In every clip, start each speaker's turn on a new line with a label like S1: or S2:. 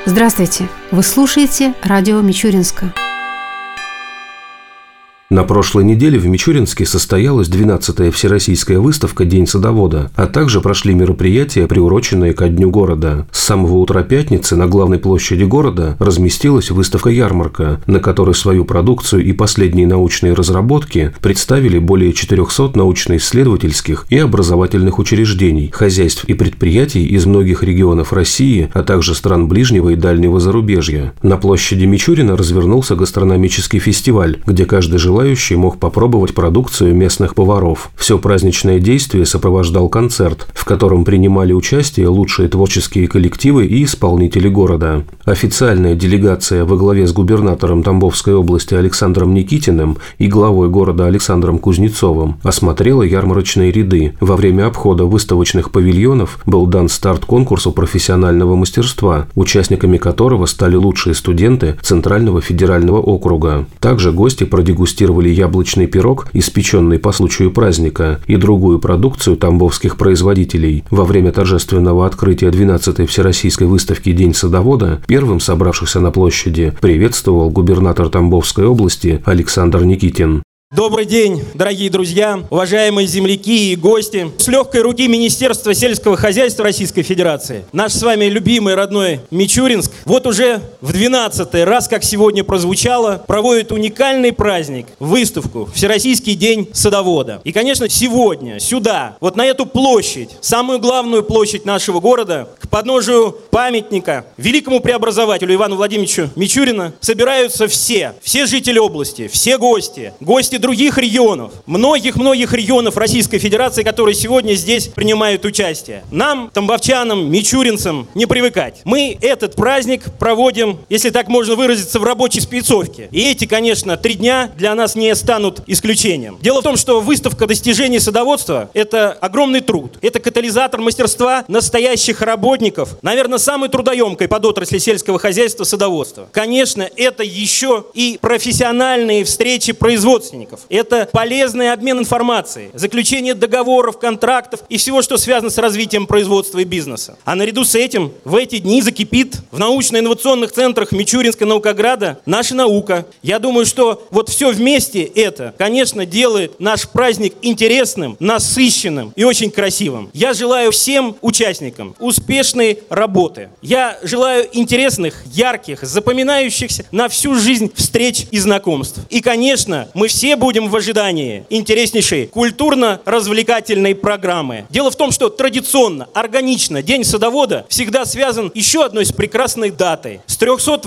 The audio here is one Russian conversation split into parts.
S1: Здравствуйте! Вы слушаете радио Мичуринска.
S2: На прошлой неделе в Мичуринске состоялась 12-я всероссийская выставка «День садовода», а также прошли мероприятия, приуроченные ко Дню города. С самого утра пятницы на главной площади города разместилась выставка-ярмарка, на которой свою продукцию и последние научные разработки представили более 400 научно-исследовательских и образовательных учреждений, хозяйств и предприятий из многих регионов России, а также стран ближнего и дальнего зарубежья. На площади Мичурина развернулся гастрономический фестиваль, где каждый желающий мог попробовать продукцию местных поваров. Все праздничное действие сопровождал концерт, в котором принимали участие лучшие творческие коллективы и исполнители города. Официальная делегация во главе с губернатором Тамбовской области Александром Никитиным и главой города Александром Кузнецовым осмотрела ярмарочные ряды. Во время обхода выставочных павильонов был дан старт конкурсу профессионального мастерства, участниками которого стали лучшие студенты Центрального федерального округа. Также гости продегустировали яблочный пирог, испеченный по случаю праздника, и другую продукцию тамбовских производителей. Во время торжественного открытия 12-й Всероссийской выставки «День садовода» первым собравшихся на площади приветствовал губернатор Тамбовской области Александр Никитин.
S3: Добрый день, дорогие друзья, уважаемые земляки и гости. С легкой руки Министерства сельского хозяйства Российской Федерации наш с вами любимый родной Мичуринск вот уже в 12-й раз, как сегодня прозвучало, проводит уникальный праздник, выставку «Всероссийский день садовода». И, конечно, сегодня сюда, вот на эту площадь, самую главную площадь нашего города, к подножию памятника великому преобразователю Ивану Владимировичу Мичурина собираются все жители области, все гости других регионов, многих регионов Российской Федерации, которые сегодня здесь принимают участие. Нам, тамбовчанам, мичуринцам, не привыкать. Мы этот праздник проводим, если так можно выразиться, в рабочей спецовке. И эти, конечно, 3 дня для нас не станут исключением. Дело в том, что выставка достижений садоводства – это огромный труд. Это катализатор мастерства настоящих работников, наверное, самой трудоемкой подотрасли сельского хозяйства садоводства. Конечно, это еще и профессиональные встречи производственников. Это полезный обмен информацией, заключение договоров, контрактов и всего, что связано с развитием производства и бизнеса. А наряду с этим в эти дни закипит в научно-инновационных центрах Мичуринска, Наукограда наша наука. Я думаю, что вот все вместе это, конечно, делает наш праздник интересным, насыщенным и очень красивым. Я желаю всем участникам успешной работы. Я желаю интересных, ярких, запоминающихся на всю жизнь встреч и знакомств. И, конечно, мы все будем в ожидании интереснейшей культурно-развлекательной программы. Дело в том, что традиционно, органично День садовода всегда связан еще одной с прекрасной датой. С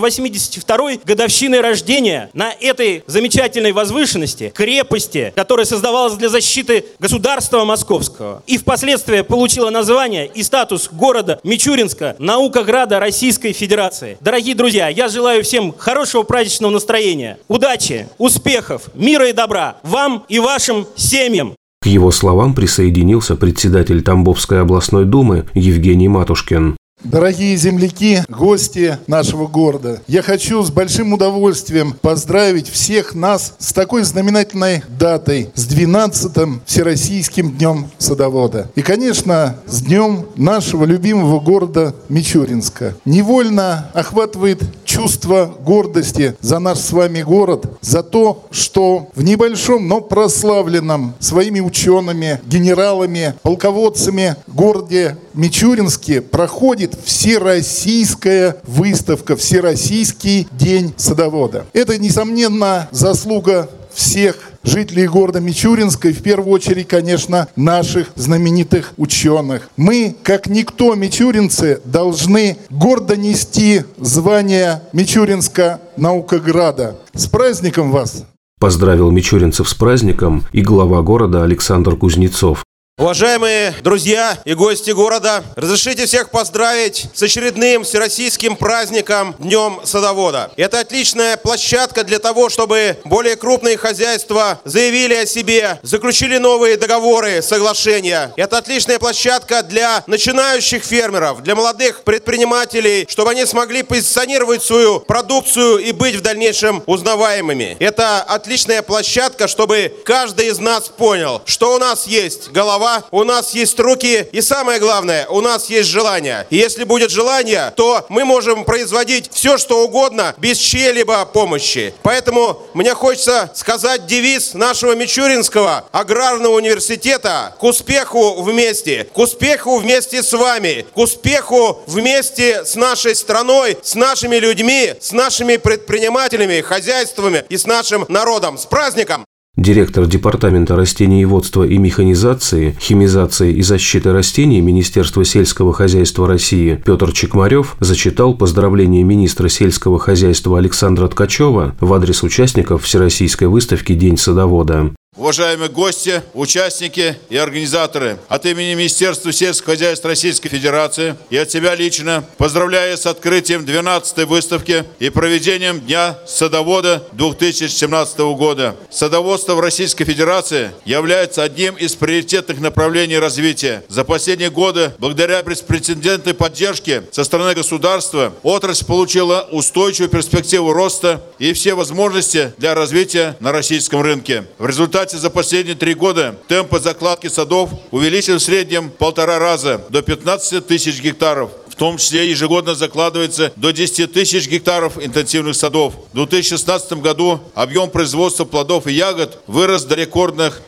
S3: 382-й годовщиной рождения на этой замечательной возвышенности, крепости, которая создавалась для защиты государства Московского и впоследствии получила название и статус города Мичуринска, Наукограда Российской Федерации. Дорогие друзья, я желаю всем хорошего праздничного настроения, удачи, успехов, мира и добра вам и вашим семьям.
S2: К его словам присоединился председатель Тамбовской областной думы Евгений Матушкин.
S4: Дорогие земляки, гости нашего города, я хочу с большим удовольствием поздравить всех нас с такой знаменательной датой, с 12-м Всероссийским днем садовода. И, конечно, с днем нашего любимого города Мичуринска. Невольно охватывает чувство гордости за наш с вами город, за то, что в небольшом, но прославленном своими учеными, генералами, полководцами городе Мичуринске проходит всероссийская выставка, Всероссийский день садовода. Это, несомненно, заслуга всех жителей города Мичуринска и, в первую очередь, конечно, наших знаменитых ученых. Мы, как никто, мичуринцы, должны гордо нести звание Мичуринска Наукограда. С праздником вас!
S2: Поздравил мичуринцев с праздником и глава города Александр Кузнецов.
S5: Уважаемые друзья и гости города, разрешите всех поздравить с очередным всероссийским праздником Днем садовода. Это отличная площадка для того, чтобы более крупные хозяйства заявили о себе, заключили новые договоры, соглашения. Это отличная площадка для начинающих фермеров, для молодых предпринимателей, чтобы они смогли позиционировать свою продукцию и быть в дальнейшем узнаваемыми. Это отличная площадка, чтобы каждый из нас понял, что у нас есть голова, голова, у нас есть руки, и самое главное, у нас есть желание. И если будет желание, то мы можем производить все, что угодно, без чьей-либо помощи. Поэтому мне хочется сказать девиз нашего Мичуринского аграрного университета: к успеху вместе с вами, к успеху вместе с нашей страной, с нашими людьми, с нашими предпринимателями, хозяйствами и с нашим народом. С праздником!
S2: Директор Департамента растениеводства и механизации, химизации и защиты растений Министерства сельского хозяйства России Петр Чекмарев зачитал поздравления министра сельского хозяйства Александра Ткачева в адрес участников Всероссийской выставки «День садовода».
S6: Уважаемые гости, участники и организаторы, от имени Министерства сельского хозяйства Российской Федерации и от себя лично поздравляю с открытием 12-й выставки и проведением Дня садовода 2017 года. Садоводство в Российской Федерации является одним из приоритетных направлений развития. За последние годы, благодаря беспрецедентной поддержке со стороны государства, отрасль получила устойчивую перспективу роста и все возможности для развития на российском рынке. В результате за последние 3 года темпы закладки садов увеличились в среднем 1,5 раза до 15 тысяч гектаров. В том числе ежегодно закладывается до 10 тысяч гектаров интенсивных садов. В 2016 году объем производства плодов и ягод вырос до рекордных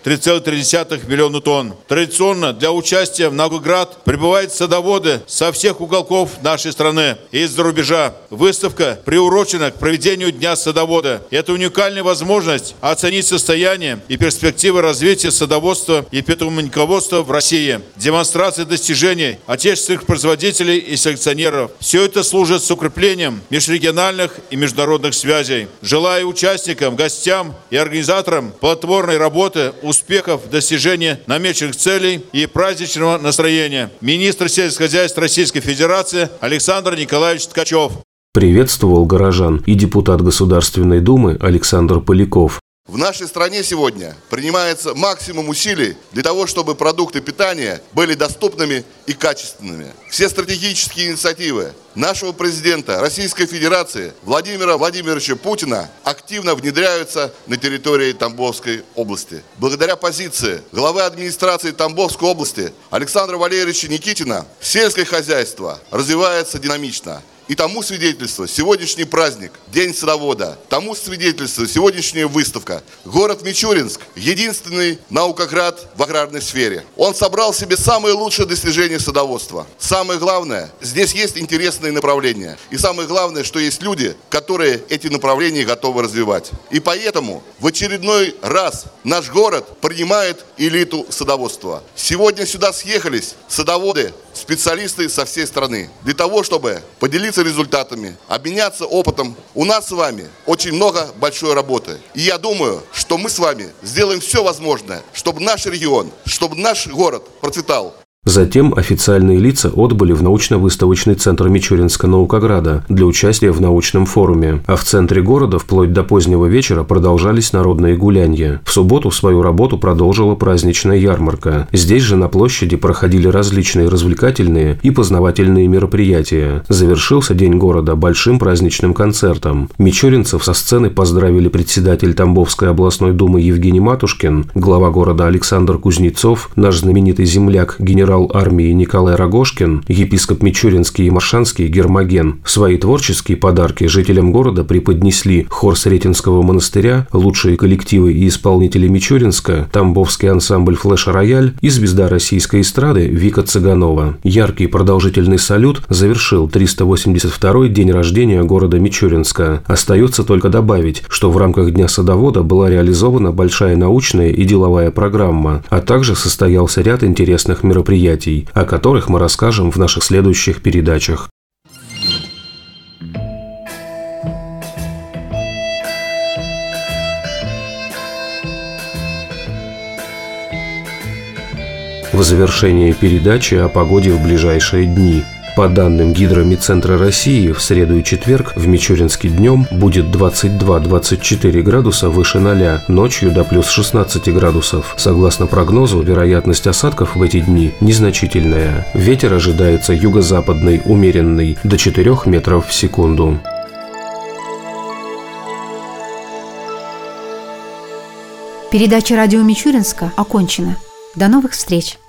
S6: 3,3 миллиона тонн. Традиционно для участия в Наукоград прибывают садоводы со всех уголков нашей страны и из-за рубежа. Выставка приурочена к проведению Дня садовода. Это уникальная возможность оценить состояние и перспективы развития садоводства и питомниководства в России. Демонстрация достижений отечественных производителей и селекционеров. Все это служит с укреплением межрегиональных и международных связей. Желаю участникам, гостям и организаторам плодотворной работы, успехов в достижении намеченных целей и праздничного настроения. Министр сельского хозяйства Российской Федерации Александр Николаевич Ткачев.
S2: Приветствовал горожан и депутат Государственной Думы Александр Поляков.
S7: В нашей стране сегодня принимается максимум усилий для того, чтобы продукты питания были доступными и качественными. Все стратегические инициативы нашего президента Российской Федерации Владимира Владимировича Путина активно внедряются на территории Тамбовской области. Благодаря позиции главы администрации Тамбовской области Александра Валерьевича Никитина сельское хозяйство развивается динамично. И тому свидетельство сегодняшний праздник, День садовода, тому свидетельство сегодняшняя выставка. Город Мичуринск – единственный наукоград в аграрной сфере. Он собрал в себе самые лучшие достижения садоводства. Самое главное, здесь есть интересные направления. И самое главное, что есть люди, которые эти направления готовы развивать. И поэтому в очередной раз наш город принимает элиту садоводства. Сегодня сюда съехались садоводы, специалисты со всей страны для того, чтобы поделиться результатами, обменяться опытом. У нас с вами очень много большой работы. И я думаю, что мы с вами сделаем все возможное, чтобы наш регион, чтобы наш город процветал.
S2: Затем официальные лица отбыли в научно-выставочный центр Мичуринска Наукограда для участия в научном форуме, а в центре города вплоть до позднего вечера продолжались народные гулянья. В субботу свою работу продолжила праздничная ярмарка. Здесь же на площади проходили различные развлекательные и познавательные мероприятия. Завершился День города большим праздничным концертом. Мичуринцев со сцены поздравили председатель Тамбовской областной думы Евгений Матушкин, глава города Александр Кузнецов, наш знаменитый земляк генерал армии Николай Рогожкин, епископ Мичуринский и Маршанский Гермоген. Свои творческие подарки жителям города преподнесли хор Сретенского монастыря, лучшие коллективы и исполнители Мичуринска, тамбовский ансамбль «Флеш-рояль» и звезда российской эстрады Вика Цыганова. Яркий продолжительный салют завершил 382-й день рождения города Мичуринска. Остается только добавить, что в рамках Дня садовода была реализована большая научная и деловая программа, а также состоялся ряд интересных мероприятий, о которых мы расскажем в наших следующих передачах. В завершение передачи о погоде в ближайшие дни. По данным Гидромедцентра России, в среду и четверг в Мичуринске днем будет 22-24 градуса выше 0, ночью до плюс 16 градусов. Согласно прогнозу, вероятность осадков в эти дни незначительная. Ветер ожидается юго-западный, умеренный, до 4 метров в секунду.
S1: Передача радио Мичуринска окончена. До новых встреч!